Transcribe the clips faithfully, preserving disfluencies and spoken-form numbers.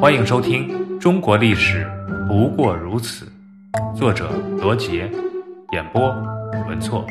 欢迎收听《中国历史不过如此》，作者罗杰，演播文措。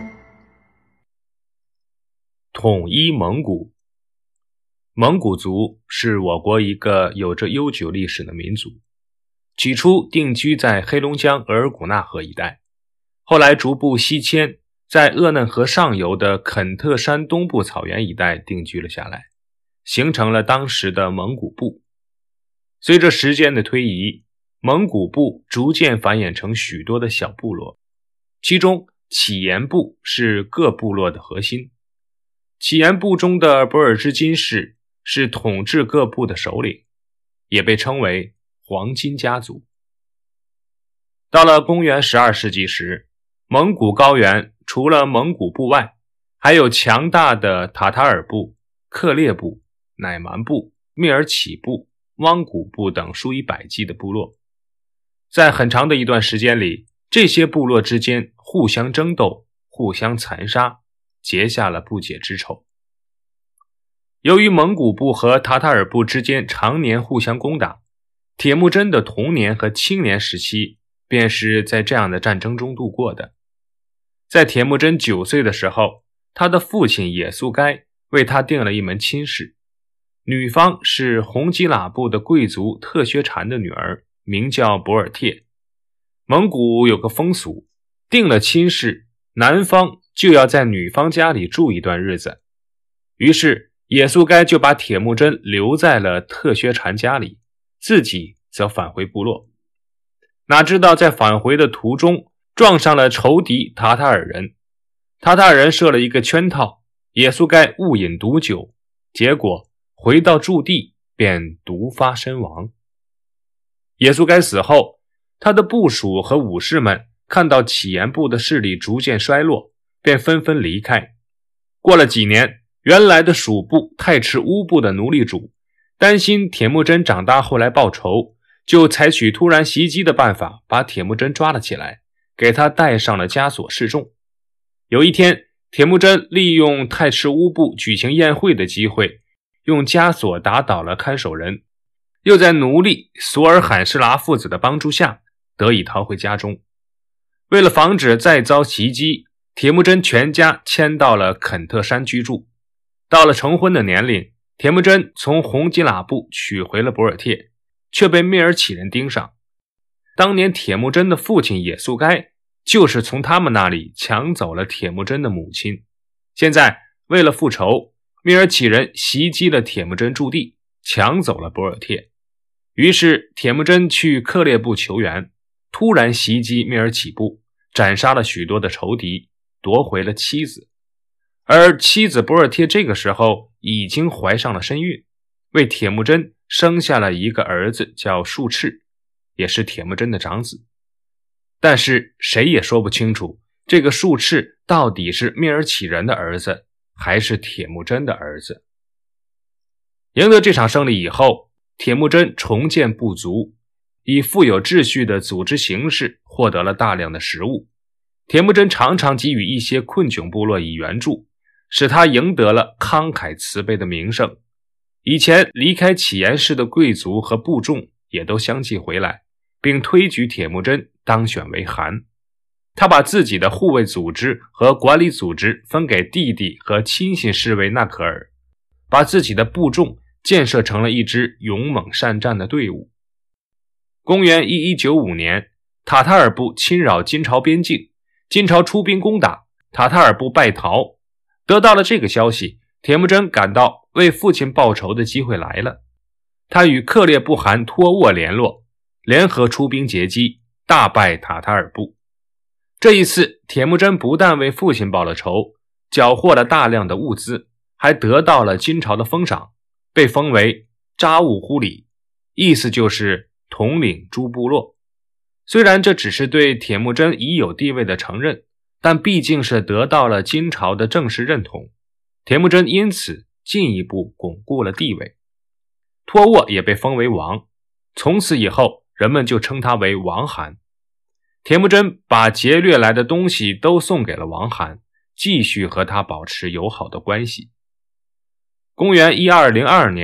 统一蒙古。蒙古族是我国一个有着悠久历史的民族，起初定居在黑龙江额尔古纳河一带，后来逐步西迁，在鄂嫩河上游的肯特山东部草原一带定居了下来，形成了当时的蒙古部。随着时间的推移，蒙古部逐渐繁衍成许多的小部落，其中乞颜部是各部落的核心。乞颜部中的博尔支金氏是统治各部的首领，也被称为黄金家族。到了公元十二世纪时，蒙古高原除了蒙古部外，还有强大的塔塔尔部、克烈部、乃蛮部、蔑尔乞部、汪古部等数以百计的部落。在很长的一段时间里，这些部落之间互相争斗，互相残杀，结下了不解之仇。由于蒙古部和塔塔尔部之间常年互相攻打，铁木真的童年和青年时期便是在这样的战争中度过的。在铁木真九岁的时候，他的父亲也速该为他定了一门亲事，女方是红吉喇部的贵族特薛禅的女儿，名叫博尔帖。蒙古有个风俗，定了亲事，男方就要在女方家里住一段日子。于是也速该就把铁木真留在了特薛禅家里，自己则返回部落。哪知道在返回的途中撞上了仇敌塔塔尔人，塔塔尔人设了一个圈套，也速该误饮毒酒，结果回到驻地便毒发身亡。也速该死后，他的部属和武士们看到乞颜部的势力逐渐衰落，便纷纷离开。过了几年，原来的属部太赤乌部的奴隶主担心铁木真长大后来报仇，就采取突然袭击的办法，把铁木真抓了起来，给他戴上了枷锁示众。有一天，铁木真利用太赤乌部举行宴会的机会，用枷锁打倒了看守人，又在奴隶索尔罕施拉父子的帮助下得以逃回家中。为了防止再遭袭击，铁木真全家迁到了肯特山居住。到了成婚的年龄，铁木真从红吉喇部娶回了博尔帖，却被蔑尔乞人盯上。当年铁木真的父亲也速该就是从他们那里抢走了铁木真的母亲。现在为了复仇，蔑尔乞人袭击了铁木真驻地，抢走了博尔帖。于是铁木真去克烈部求援，突然袭击蔑尔乞部，斩杀了许多的仇敌，夺回了妻子。而妻子博尔帖这个时候已经怀上了身孕，为铁木真生下了一个儿子叫术赤，也是铁木真的长子。但是谁也说不清楚这个术赤到底是蔑尔乞人的儿子还是铁木真的儿子。赢得这场胜利以后，铁木真重建部族，以富有秩序的组织形式获得了大量的食物。铁木真常常给予一些困窘部落以援助，使他赢得了慷慨慈悲的名声。以前离开乞颜氏的贵族和部众也都相继回来，并推举铁木真当选为汗。他把自己的护卫组织和管理组织分给弟弟和亲信侍卫纳可尔，把自己的部众建设成了一支勇猛善战的队伍。公元一一九五年，塔塔尔部侵扰金朝边境，金朝出兵攻打，塔塔尔部败逃。得到了这个消息，铁木真感到为父亲报仇的机会来了。他与克烈部汗托沃联络，联合出兵截击，大败塔塔尔部。这一次，铁木真不但为父亲报了仇，缴获了大量的物资，还得到了金朝的封赏，被封为扎兀忽里，意思就是统领诸部落。虽然这只是对铁木真已有地位的承认，但毕竟是得到了金朝的正式认同，铁木真因此进一步巩固了地位。托沃也被封为王，从此以后人们就称他为王汗。铁木真把劫掠来的东西都送给了王汗，继续和他保持友好的关系。公元一二零二年，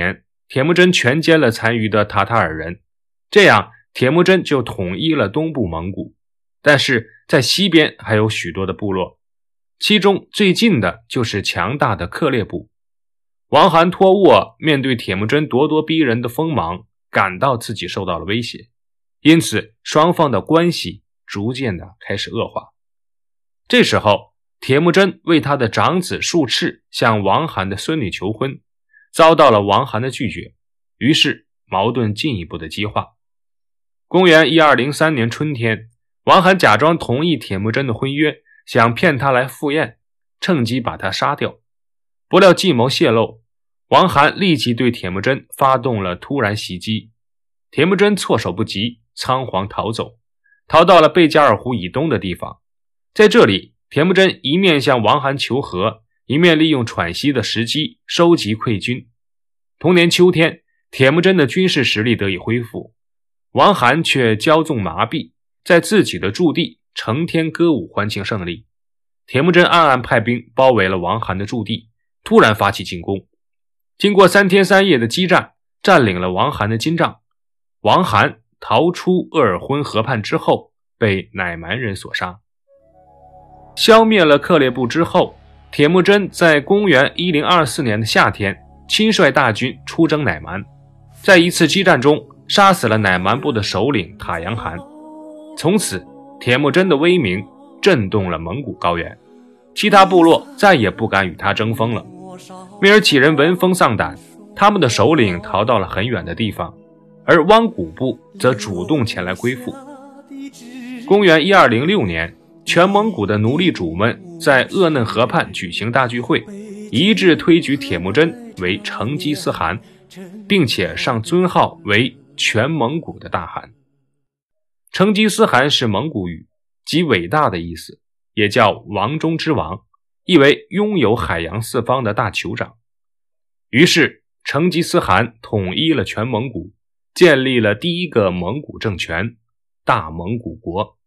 铁木真全歼了残余的塔塔尔人，这样铁木真就统一了东部蒙古。但是在西边还有许多的部落，其中最近的就是强大的克烈部。王罕托沃面对铁木真咄咄逼人的锋芒，感到自己受到了威胁，因此双方的关系逐渐的开始恶化。这时候铁木真为他的长子术赤向王罕的孙女求婚，遭到了王罕的拒绝，于是矛盾进一步的激化。公元一二零三年春天，王罕假装同意铁木真的婚约，想骗他来赴宴，趁机把他杀掉。不料计谋泄露，王罕立即对铁木真发动了突然袭击。铁木真措手不及，仓皇逃走，逃到了贝加尔湖以东的地方。在这里，铁木真一面向王罕求和，一面利用喘息的时机收集溃军。同年秋天，铁木真的军事实力得以恢复，王罕却骄纵麻痹，在自己的驻地成天歌舞欢庆胜利。铁木真暗暗派兵包围了王罕的驻地，突然发起进攻。经过三天三夜的激战，占领了王罕的金帐。王罕逃出鄂尔浑河畔之后，被乃蛮人所杀。消灭了克烈部之后，铁木真在公元一零二四年的夏天亲率大军出征乃蛮，在一次激战中杀死了乃蛮部的首领塔阳汗。从此铁木真的威名震动了蒙古高原，其他部落再也不敢与他争锋了。蔑尔乞人闻风丧胆，他们的首领逃到了很远的地方，而汪古部则主动前来归附。公元一二零六年，全蒙古的奴隶主们在鄂嫩河畔举行大聚会，一致推举铁木真为成吉思汗，并且上尊号为全蒙古的大汗。成吉思汗是蒙古语，即伟大的意思，也叫王中之王，意为拥有海洋四方的大酋长。于是成吉思汗统一了全蒙古，建立了第一个蒙古政权——大蒙古国。